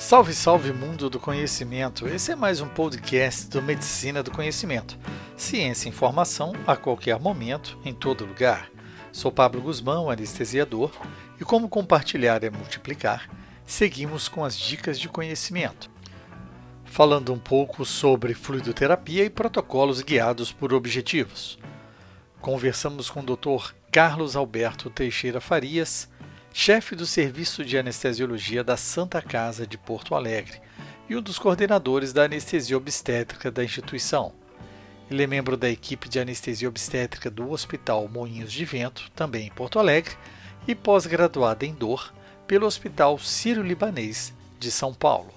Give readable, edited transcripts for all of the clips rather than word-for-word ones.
Salve, salve mundo do conhecimento! Esse é mais um podcast do Medicina do Conhecimento. Ciência e informação a qualquer momento, em todo lugar. Sou Pablo Guzmão, anestesiador, e como compartilhar é multiplicar, seguimos com as dicas de conhecimento. Falando um pouco sobre fluidoterapia e protocolos guiados por objetivos. Conversamos com o Dr. Carlos Alberto Teixeira Farias, chefe do Serviço de Anestesiologia da Santa Casa de Porto Alegre e um dos coordenadores da anestesia obstétrica da instituição. Ele é membro da equipe de anestesia obstétrica do Hospital Moinhos de Vento, também em Porto Alegre, e pós-graduado em dor pelo Hospital Sírio-Libanês de São Paulo.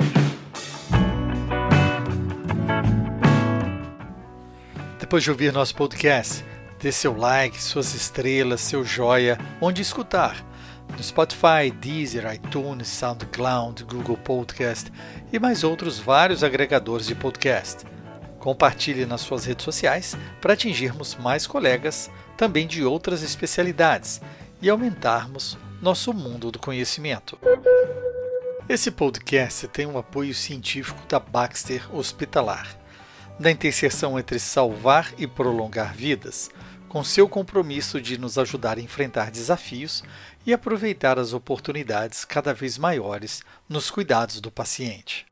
Depois de ouvir nosso podcast, dê seu like, suas estrelas, seu joia, onde escutar. No Spotify, Deezer, iTunes, SoundCloud, Google Podcast e mais outros vários agregadores de podcast. Compartilhe nas suas redes sociais para atingirmos mais colegas, também de outras especialidades, e aumentarmos nosso mundo do conhecimento. Esse podcast tem um apoio científico da Baxter Hospitalar, da interseção entre salvar e prolongar vidas, com seu compromisso de nos ajudar a enfrentar desafios e aproveitar as oportunidades cada vez maiores nos cuidados do paciente.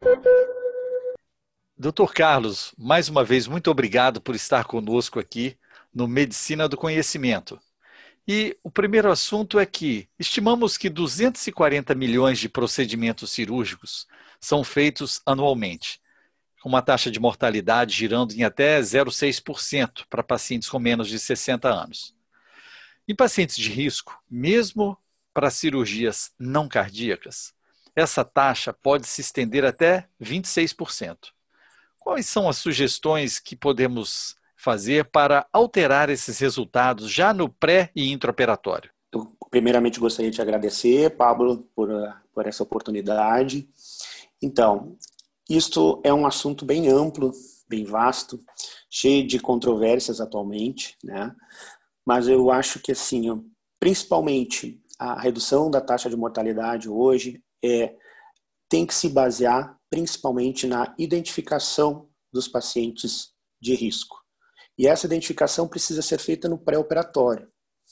Dr. Carlos, mais uma vez, muito obrigado por estar conosco aqui no Medicina do Conhecimento. E o primeiro assunto é que estimamos que 240 milhões de procedimentos cirúrgicos são feitos anualmente, com uma taxa de mortalidade girando em até 0,6% para pacientes com menos de 60 anos. Em pacientes de risco, mesmo para cirurgias não cardíacas, essa taxa pode se estender até 26%. Quais são as sugestões que podemos fazer para alterar esses resultados já no pré e intraoperatório? Eu, primeiramente, gostaria de agradecer, Pablo, por essa oportunidade. Então, isto é um assunto bem amplo, bem vasto, cheio de controvérsias atualmente, né? Mas eu acho que, assim, principalmente a redução da taxa de mortalidade hoje tem que se basear principalmente na identificação dos pacientes de risco. E essa identificação precisa ser feita no pré-operatório,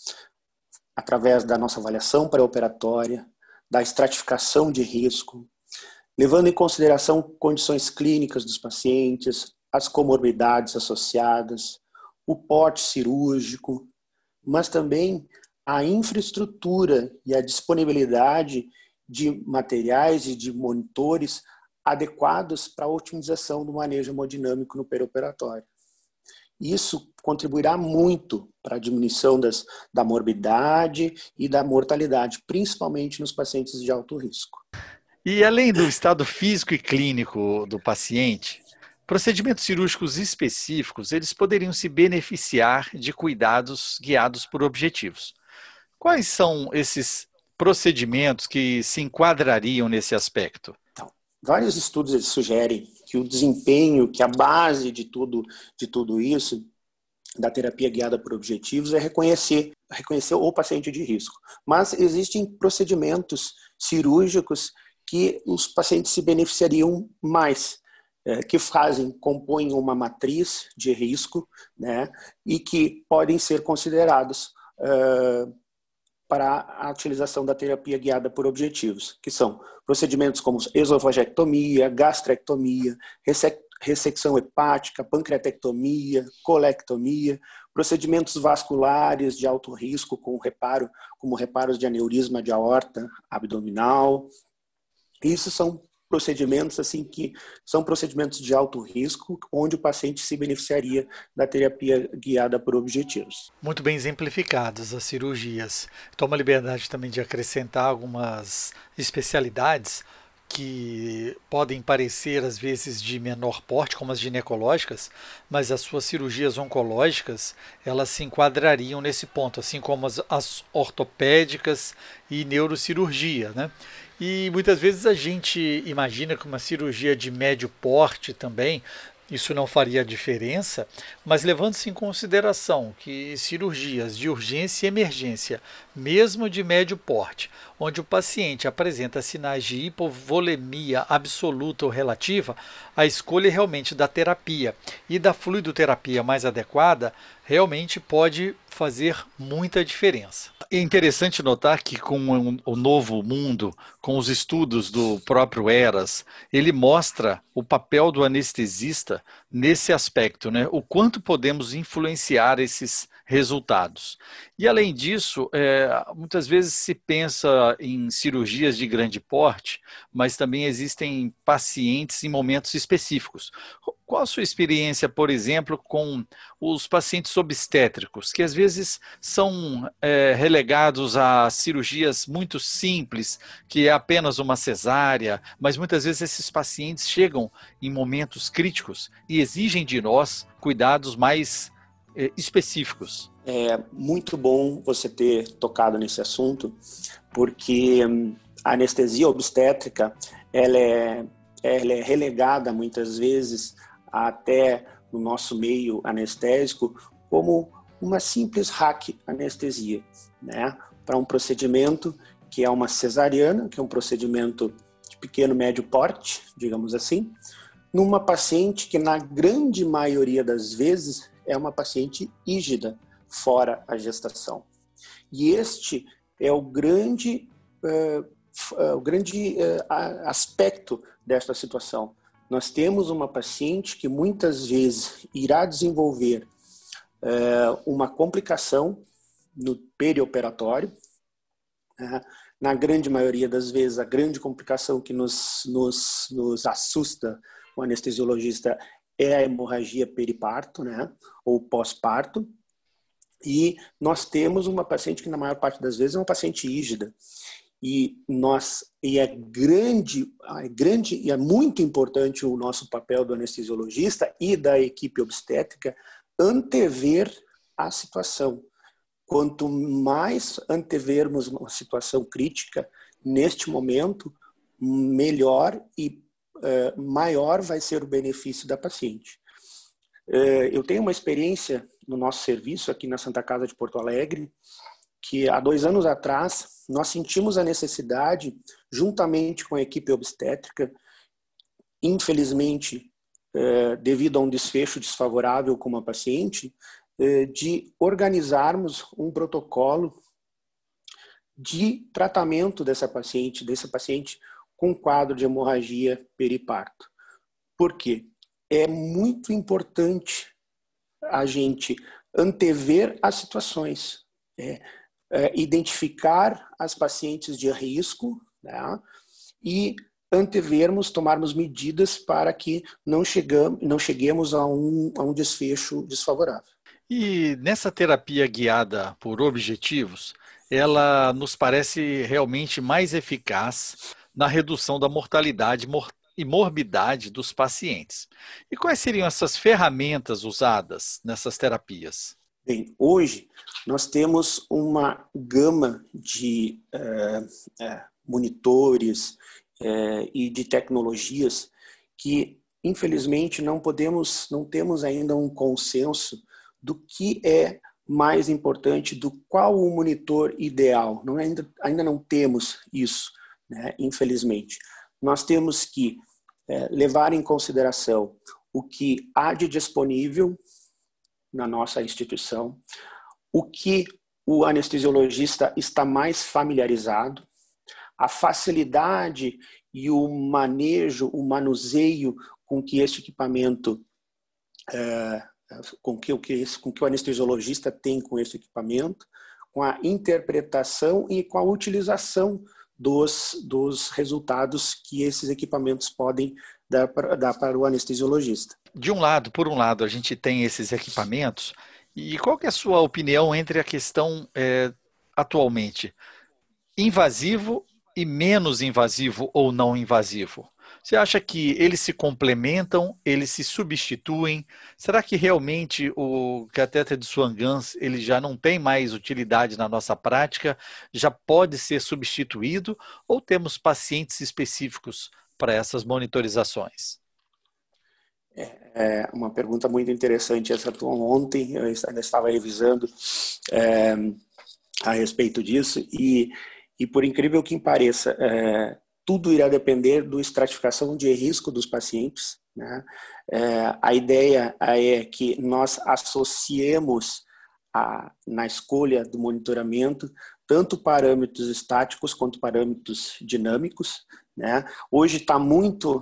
através da nossa avaliação pré-operatória, da estratificação de risco, levando em consideração condições clínicas dos pacientes, as comorbidades associadas, o porte cirúrgico, mas também a infraestrutura e a disponibilidade de materiais e de monitores adequados para a otimização do manejo hemodinâmico no perioperatório. Isso contribuirá muito para a diminuição da morbidade e da mortalidade, principalmente nos pacientes de alto risco. E além do estado físico e clínico do paciente, procedimentos cirúrgicos específicos, eles poderiam se beneficiar de cuidados guiados por objetivos. Quais são esses procedimentos que se enquadrariam nesse aspecto? Então, vários estudos sugerem que o desempenho, que a base de tudo isso, da terapia guiada por objetivos, é reconhecer o paciente de risco. Mas existem procedimentos cirúrgicos que os pacientes se beneficiariam mais, que compõem uma matriz de risco, né, e que podem ser considerados para a utilização da terapia guiada por objetivos, que são procedimentos como esofagectomia, gastrectomia, ressecção hepática, pancreatectomia, colectomia, procedimentos vasculares de alto risco como reparos de aneurisma de aorta abdominal. Isso são procedimentos que são procedimentos de alto risco, onde o paciente se beneficiaria da terapia guiada por objetivos. Muito bem exemplificadas as cirurgias. Toma a liberdade também de acrescentar algumas especialidades que podem parecer às vezes de menor porte, como as ginecológicas, mas as suas cirurgias oncológicas, elas se enquadrariam nesse ponto, assim como as ortopédicas e neurocirurgia, né? E muitas vezes a gente imagina que uma cirurgia de médio porte também isso não faria diferença, mas levando-se em consideração que cirurgias de urgência e emergência, mesmo de médio porte, onde o paciente apresenta sinais de hipovolemia absoluta ou relativa, a escolha realmente da terapia e da fluidoterapia mais adequada realmente pode fazer muita diferença. É interessante notar que com o novo mundo, com os estudos do próprio Eras, ele mostra o papel do anestesista nesse aspecto, né? O quanto podemos influenciar esses resultados. E além disso, muitas vezes se pensa em cirurgias de grande porte, mas também existem pacientes em momentos específicos. Qual a sua experiência, por exemplo, com os pacientes obstétricos, que às vezes são relegados a cirurgias muito simples, que é apenas uma cesárea, mas muitas vezes esses pacientes chegam em momentos críticos e exigem de nós cuidados mais específicos? É muito bom você ter tocado nesse assunto, porque a anestesia obstétrica ela é relegada muitas vezes até no nosso meio anestésico como uma simples hack anestesia, né? Para um procedimento que é uma cesariana, que é um procedimento de pequeno médio porte, digamos assim, numa paciente que na grande maioria das vezes é uma paciente ígida, fora a gestação. E este é o grande aspecto desta situação. Nós temos uma paciente que muitas vezes irá desenvolver uma complicação no perioperatório. Na grande maioria das vezes, a grande complicação que nos assusta o anestesiologista é a hemorragia periparto, né, ou pós-parto. E nós temos uma paciente que, na maior parte das vezes, é uma paciente ígida. E é muito importante o nosso papel do anestesiologista e da equipe obstétrica antever a situação. Quanto mais antevermos uma situação crítica neste momento, melhor e maior vai ser o benefício da paciente. Eu tenho uma experiência no nosso serviço aqui na Santa Casa de Porto Alegre, que há 2 anos atrás nós sentimos a necessidade, juntamente com a equipe obstétrica, infelizmente, devido a um desfecho desfavorável com uma paciente, de organizarmos um protocolo de tratamento desse paciente com quadro de hemorragia periparto. Por quê? É muito importante a gente antever as situações, identificar as pacientes de risco, né, e antevermos, tomarmos medidas para que não cheguemos a um desfecho desfavorável. E nessa terapia guiada por objetivos, ela nos parece realmente mais eficaz na redução da mortalidade e morbidade dos pacientes. E quais seriam essas ferramentas usadas nessas terapias? Bem, hoje nós temos uma gama de monitores e de tecnologias que, infelizmente, não temos ainda um consenso do que é mais importante, do qual o monitor ideal. Ainda não temos isso, né? Infelizmente. Nós temos que levar em consideração o que há de disponível na nossa instituição, o que o anestesiologista está mais familiarizado, a facilidade e o manejo, o manuseio com que este equipamento, com que o anestesiologista tem com este equipamento, com a interpretação e com a utilização dos resultados que esses equipamentos podem dar para o anestesiologista. Por um lado, a gente tem esses equipamentos, e qual que é a sua opinião entre a questão atualmente invasivo e menos invasivo ou não invasivo? Você acha que eles se complementam, eles se substituem? Será que realmente o catéter de Swan-Ganz ele já não tem mais utilidade na nossa prática, já pode ser substituído, ou temos pacientes específicos para essas monitorizações? É uma pergunta muito interessante essa tua. Ontem eu ainda estava revisando a respeito disso e por incrível que pareça, tudo irá depender da estratificação de risco dos pacientes, né? A ideia é que nós associemos na escolha do monitoramento tanto parâmetros estáticos quanto parâmetros dinâmicos, né? Hoje está muito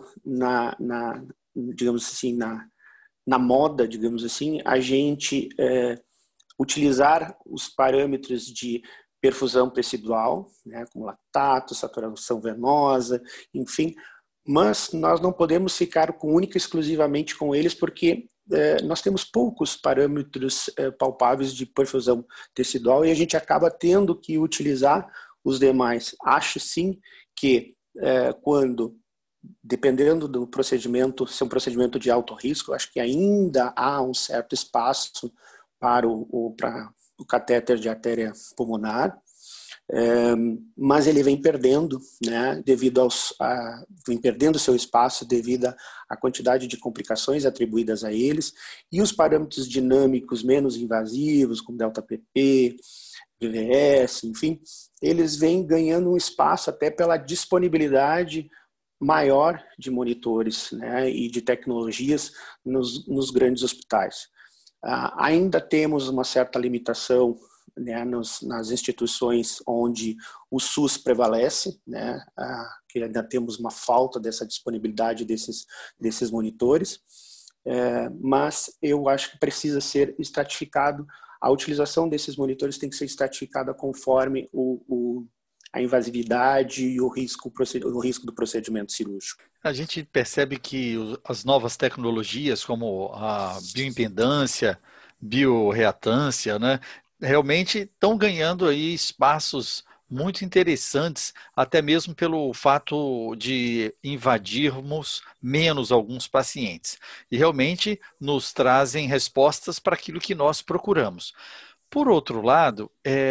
digamos assim, na moda, digamos assim, a gente utilizar os parâmetros de perfusão tecidual, né, como lactato, saturação venosa, enfim, mas nós não podemos ficar única e exclusivamente com eles porque nós temos poucos parâmetros palpáveis de perfusão tecidual e a gente acaba tendo que utilizar os demais. Acho sim que quando, dependendo do procedimento, se é um procedimento de alto risco, acho que ainda há um certo espaço para o catéter de artéria pulmonar, mas ele vem perdendo, né, vem perdendo seu espaço devido à quantidade de complicações atribuídas a eles, e os parâmetros dinâmicos menos invasivos, como delta-PP, VVS, enfim, eles vêm ganhando um espaço até pela disponibilidade maior de monitores, né, e de tecnologias nos grandes hospitais. Ainda temos uma certa limitação, né, nas instituições onde o SUS prevalece, né, que ainda temos uma falta dessa disponibilidade desses monitores, mas eu acho que precisa ser estratificado. A utilização desses monitores tem que ser estratificada conforme a invasividade e o risco do procedimento cirúrgico. A gente percebe que as novas tecnologias, como a bioimpedância, bioreatância, né, realmente estão ganhando aí espaços muito interessantes, até mesmo pelo fato de invadirmos menos alguns pacientes. E realmente nos trazem respostas para aquilo que nós procuramos. Por outro lado,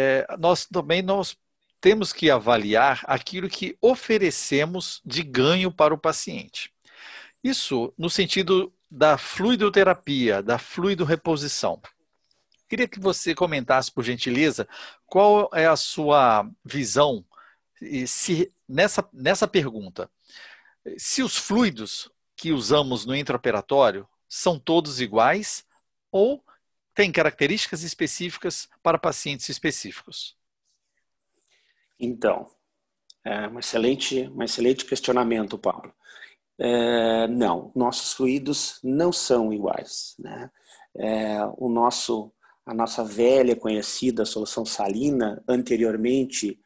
nós temos que avaliar aquilo que oferecemos de ganho para o paciente. Isso no sentido da fluidoterapia, da fluidoreposição. Queria que você comentasse, por gentileza, qual é a sua visão nessa pergunta. Se os fluidos que usamos no intraoperatório são todos iguais ou têm características específicas para pacientes específicos? Então, um excelente questionamento, Paulo. Não, nossos fluidos não são iguais, né? A nossa velha conhecida solução salina, anteriormente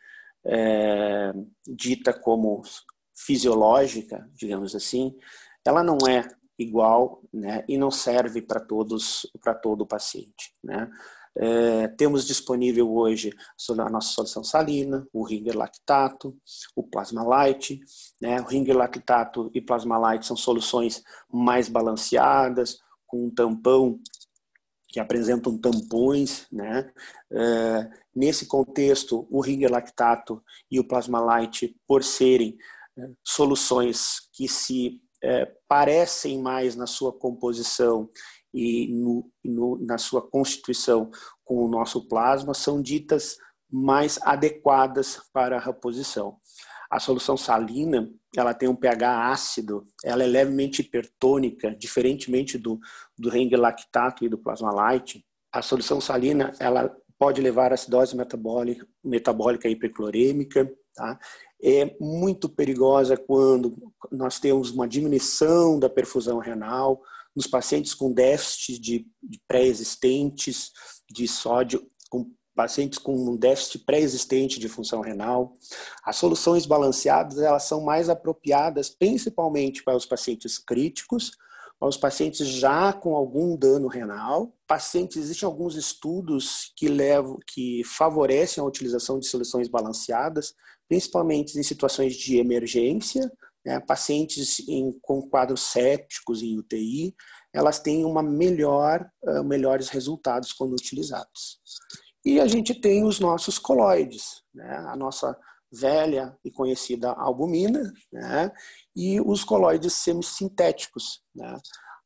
dita como fisiológica, digamos assim, ela não é igual, né, e não serve para todo o paciente, né? Temos disponível hoje a nossa solução salina, o Ringer lactato, o Plasma Light, né? O Ringer lactato e Plasma Light são soluções mais balanceadas, com um tampão que apresentam tampões, né? Nesse contexto, o Ringer lactato e o Plasma Light, por serem soluções que se parecem mais na sua composição e na sua constituição com o nosso plasma, são ditas mais adequadas para a reposição. A solução salina, ela tem um pH ácido, ela é levemente hipertônica, diferentemente do Ringer lactato e do Plasma Light. A solução salina, ela pode levar a acidose metabólica hiperclorêmica, tá? É muito perigosa quando nós temos uma diminuição da perfusão renal, nos pacientes com déficit de pré-existentes de sódio, com pacientes com um déficit pré-existente de função renal. As soluções balanceadas, elas são mais apropriadas principalmente para os pacientes críticos, para os pacientes já com algum dano renal. Existem alguns estudos que favorecem a utilização de soluções balanceadas, principalmente em situações de emergência, né? Pacientes com quadros sépticos em UTI, elas têm melhores resultados quando utilizados. E a gente tem os nossos coloides, né? A nossa velha e conhecida albumina, né? E os coloides semissintéticos, né?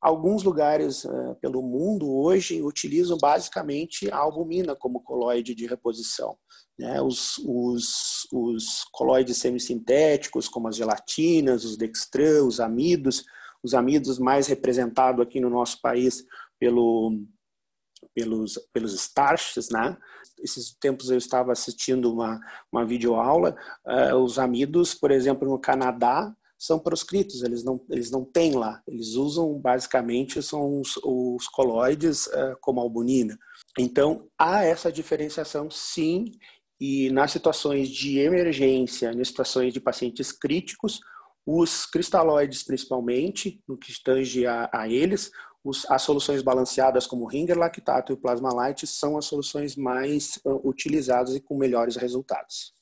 Alguns lugares pelo mundo hoje utilizam basicamente a albumina como coloide de reposição, né? Os coloides semissintéticos, como as gelatinas, os dextran, os amidos mais representados aqui no nosso país pelos starches, né? Esses tempos eu estava assistindo uma videoaula, os amidos, por exemplo, no Canadá, são proscritos, eles não têm lá, eles usam basicamente são os coloides como albumina. Então, há essa diferenciação sim, e nas situações de emergência, nas situações de pacientes críticos, os cristalóides principalmente, no que tange a eles, as soluções balanceadas como o Ringer lactato e o Plasma-Lyte são as soluções mais utilizadas e com melhores resultados.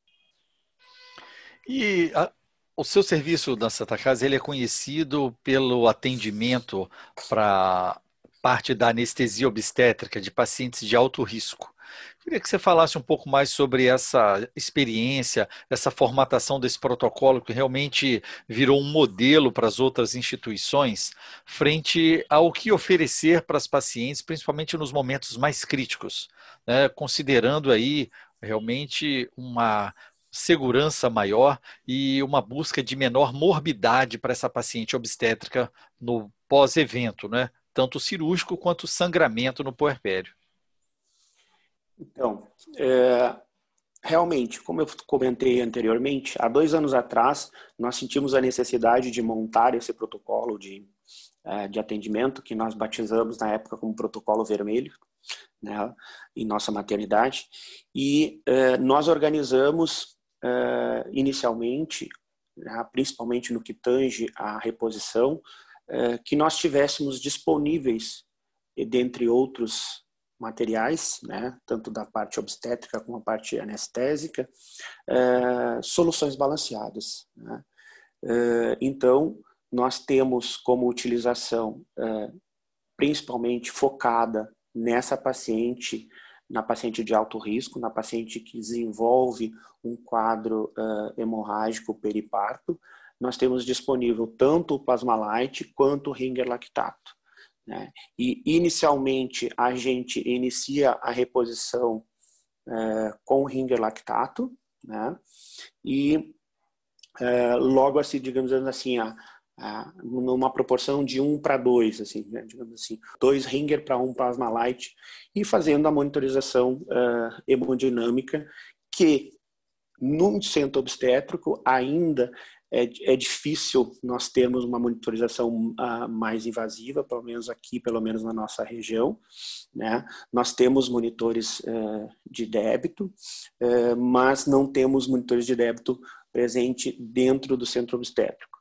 E o seu serviço da Santa Casa, ele é conhecido pelo atendimento para parte da anestesia obstétrica de pacientes de alto risco. Queria que você falasse um pouco mais sobre essa experiência, essa formatação desse protocolo que realmente virou um modelo para as outras instituições, frente ao que oferecer para as pacientes, principalmente nos momentos mais críticos, né? Considerando aí realmente uma segurança maior e uma busca de menor morbidade para essa paciente obstétrica no pós-evento, né? Tanto cirúrgico quanto sangramento no puerpério. Então, realmente, como eu comentei anteriormente, há 2 anos atrás, nós sentimos a necessidade de montar esse protocolo de atendimento, que nós batizamos na época como protocolo vermelho, né, em nossa maternidade, e nós organizamos inicialmente, né, principalmente no que tange à reposição, que nós tivéssemos disponíveis, dentre outros materiais, né, tanto da parte obstétrica como a parte anestésica, soluções balanceadas, né? Então, nós temos como utilização principalmente focada nessa paciente, na paciente de alto risco, na paciente que desenvolve um quadro hemorrágico periparto, nós temos disponível tanto o Plasma-Lyte quanto o Ringer lactato, né? E inicialmente a gente inicia a reposição com o Ringer lactato, né? E logo assim, digamos assim, numa proporção de 1:2, assim, né? Digamos assim, 2 Ringer para 1 Plasma-Lyte, e fazendo a monitorização hemodinâmica, que num centro obstétrico ainda é difícil nós termos uma monitorização mais invasiva, pelo menos aqui, pelo menos na nossa região, né? Nós temos monitores de débito, mas não temos monitores de débito presente dentro do centro obstétrico.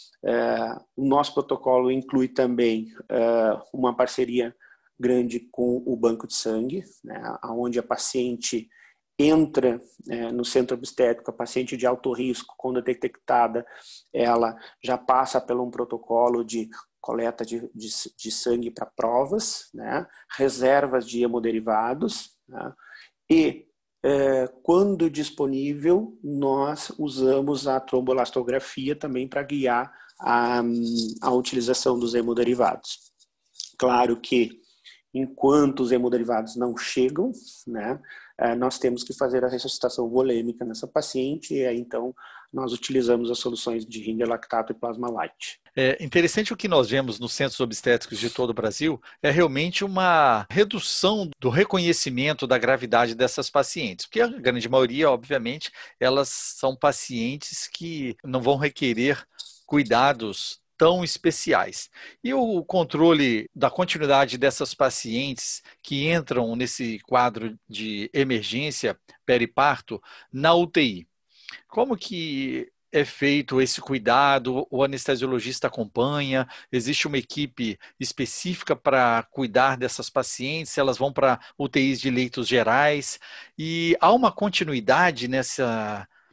O nosso protocolo inclui também uma parceria grande com o banco de sangue, né, onde a paciente entra no centro obstétrico, a paciente de alto risco, quando detectada, ela já passa por um protocolo de coleta de sangue para provas, né, reservas de hemoderivados, né, e quando disponível, nós usamos a tromboelastografia também para guiar a utilização dos hemoderivados. Claro que enquanto os hemoderivados não chegam, né, nós temos que fazer a ressuscitação volêmica nessa paciente, e aí então nós utilizamos as soluções de Ringer lactato e Plasma-Lyte. É interessante o que nós vemos nos centros obstétricos de todo o Brasil, é realmente uma redução do reconhecimento da gravidade dessas pacientes, porque a grande maioria, obviamente, elas são pacientes que não vão requerer cuidados tão especiais. E o controle da continuidade dessas pacientes que entram nesse quadro de emergência periparto na UTI. Como que é feito esse cuidado? O anestesiologista acompanha? Existe uma equipe específica para cuidar dessas pacientes? Elas vão para UTIs de leitos gerais? E há uma continuidade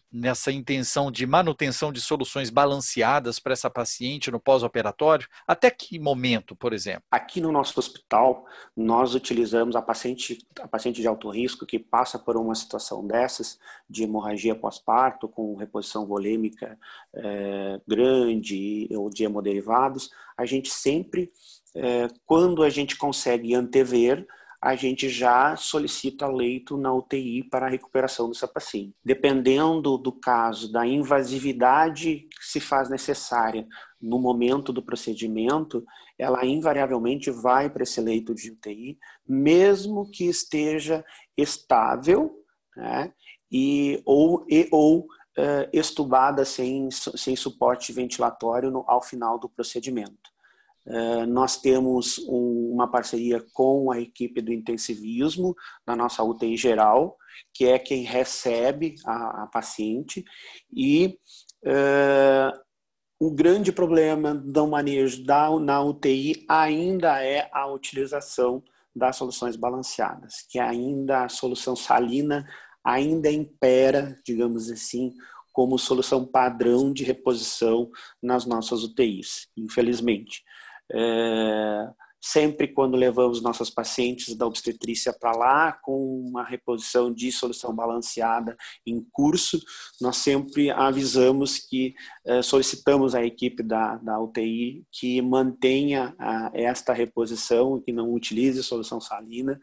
nessa intenção de manutenção de soluções balanceadas para essa paciente no pós-operatório? Até que momento, por exemplo? Aqui no nosso hospital, nós utilizamos a paciente de alto risco que passa por uma situação dessas, de hemorragia pós-parto, com reposição volêmica grande ou de hemoderivados. A gente sempre, quando a gente consegue antever, a gente já solicita leito na UTI para a recuperação dessa paciente. Dependendo do caso, da invasividade que se faz necessária no momento do procedimento, ela invariavelmente vai para esse leito de UTI, mesmo que esteja estável, né, ou estubada sem suporte ventilatório ao final do procedimento. Nós temos uma parceria com a equipe do intensivismo da nossa UTI geral, que é quem recebe a paciente, e o grande problema do manejo na UTI ainda é a utilização das soluções balanceadas, que ainda a solução salina ainda impera, digamos assim, como solução padrão de reposição nas nossas UTIs, infelizmente. Sempre quando levamos nossas pacientes da obstetrícia para lá com uma reposição de solução balanceada em curso, nós sempre avisamos que solicitamos à equipe da UTI que mantenha esta reposição e que não utilize solução salina,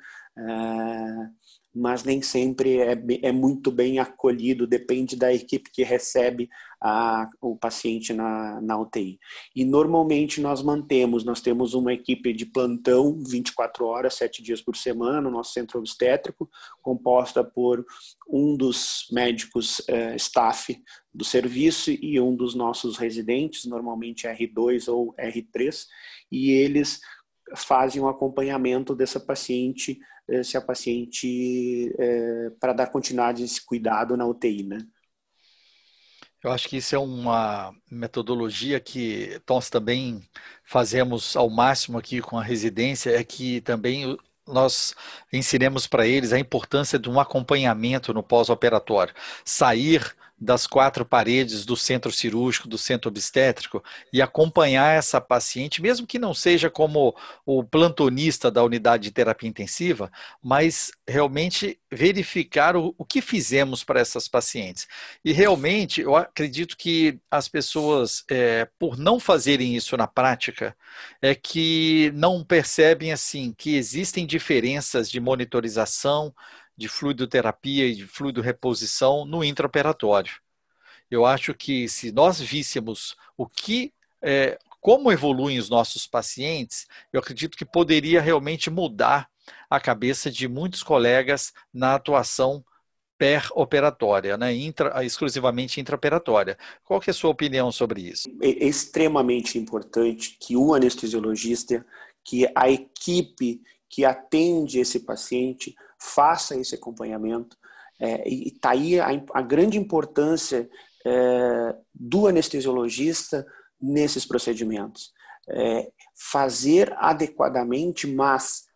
mas nem sempre é muito bem acolhido, depende da equipe que recebe o paciente na UTI. E normalmente nós temos uma equipe de plantão 24 horas, 7 dias por semana, no nosso centro obstétrico, composta por um dos médicos staff do serviço e um dos nossos residentes, normalmente R2 ou R3, e eles fazem um acompanhamento dessa paciente, se a paciente, para dar continuidade a esse cuidado na UTI, né? Eu acho que isso é uma metodologia que nós também fazemos ao máximo aqui com a residência, é que também nós ensinemos para eles a importância de um acompanhamento no pós-operatório. Sair das quatro paredes do centro cirúrgico, do centro obstétrico e acompanhar essa paciente, mesmo que não seja como o plantonista da unidade de terapia intensiva, mas realmente verificar o que fizemos para essas pacientes. E realmente eu acredito que as pessoas, por não fazerem isso na prática, é que não percebem assim que existem diferenças de monitorização, de fluidoterapia e de fluido reposição no intraoperatório. Eu acho que se nós víssemos como evoluem os nossos pacientes, eu acredito que poderia realmente mudar a cabeça de muitos colegas na atuação operatória, né? Exclusivamente intraoperatória. Qual que é a sua opinião sobre isso? É extremamente importante que o anestesiologista, que a equipe que atende esse paciente faça esse acompanhamento. E está aí a grande importância do anestesiologista nesses procedimentos. Fazer adequadamente, mas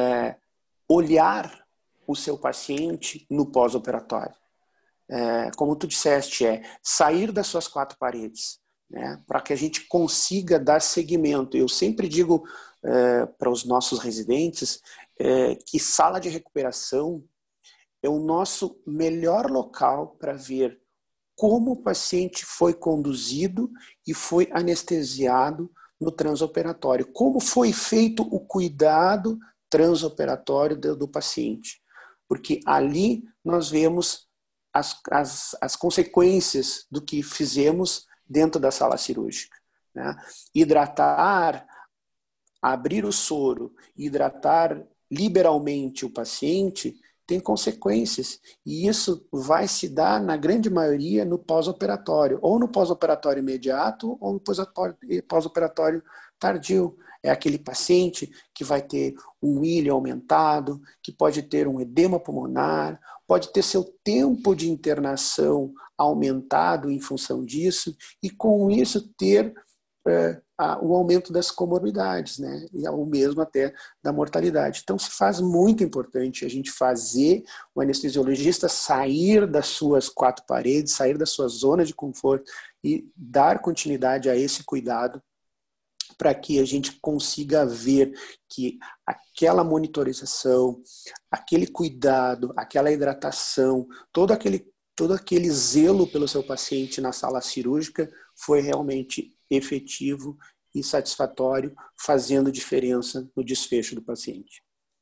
olhar o seu paciente no pós-operatório. Como tu disseste, sair das suas quatro paredes, né, para que a gente consiga dar seguimento. Eu sempre digo para os nossos residentes que sala de recuperação é o nosso melhor local para ver como o paciente foi conduzido e foi anestesiado no transoperatório, como foi feito o cuidado transoperatório do paciente. Porque ali nós vemos as consequências do que fizemos dentro da sala cirúrgica, né? Hidratar, abrir o soro, hidratar liberalmente o paciente tem consequências, e isso vai se dar, na grande maioria, no pós-operatório, ou no pós-operatório imediato, ou no pós-operatório tardio. É aquele paciente que vai ter um ilho aumentado, que pode ter um edema pulmonar, pode ter seu tempo de internação aumentado em função disso, e com isso ter o aumento das comorbidades, né? E o mesmo até da mortalidade. Então, se faz muito importante a gente fazer o anestesiologista sair das suas quatro paredes, sair da sua zona de conforto e dar continuidade a esse cuidado para que a gente consiga ver que aquela monitorização, aquele cuidado, aquela hidratação, todo aquele zelo pelo seu paciente na sala cirúrgica foi realmente efetivo e satisfatório, fazendo diferença no desfecho do paciente.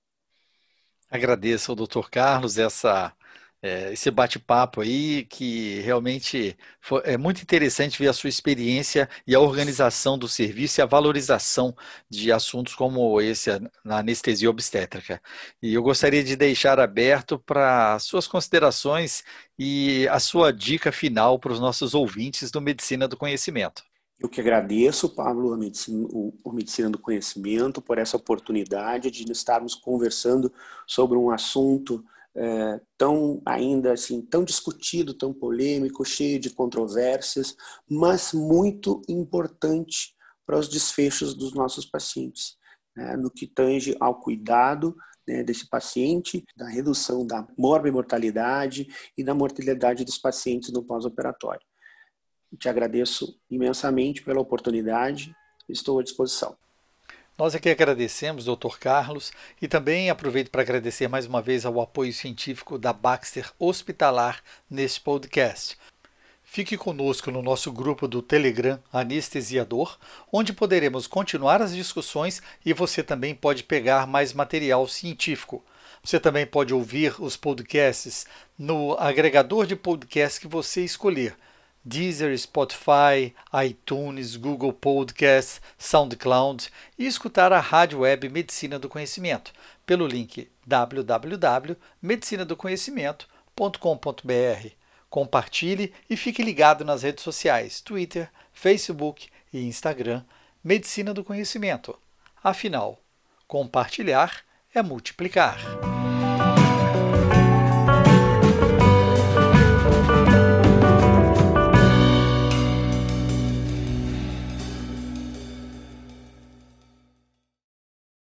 Agradeço ao Dr. Carlos esse bate-papo aí, que realmente é muito interessante ver a sua experiência e a organização do serviço e a valorização de assuntos como esse na anestesia obstétrica. E eu gostaria de deixar aberto para suas considerações e a sua dica final para os nossos ouvintes do Medicina do Conhecimento. Eu que agradeço, Pablo, o Medicina do Conhecimento, por essa oportunidade de estarmos conversando sobre um assunto tão ainda assim, tão discutido, tão polêmico, cheio de controvérsias, mas muito importante para os desfechos dos nossos pacientes, né, no que tange ao cuidado, né, desse paciente, da redução da morbimortalidade e da mortalidade dos pacientes no pós-operatório. Te agradeço imensamente pela oportunidade, estou à disposição. Nós aqui agradecemos, Dr. Carlos, e também aproveito para agradecer mais uma vez ao apoio científico da Baxter Hospitalar neste podcast. Fique conosco no nosso grupo do Telegram Anestesiador, onde poderemos continuar as discussões e você também pode pegar mais material científico. Você também pode ouvir os podcasts no agregador de podcasts que você escolher. Deezer, Spotify, iTunes, Google Podcasts, SoundCloud e escutar a rádio web Medicina do Conhecimento pelo link www.medicinadoconhecimento.com.br. Compartilhe e fique ligado nas redes sociais Twitter, Facebook e Instagram Medicina do Conhecimento. Afinal, compartilhar é multiplicar.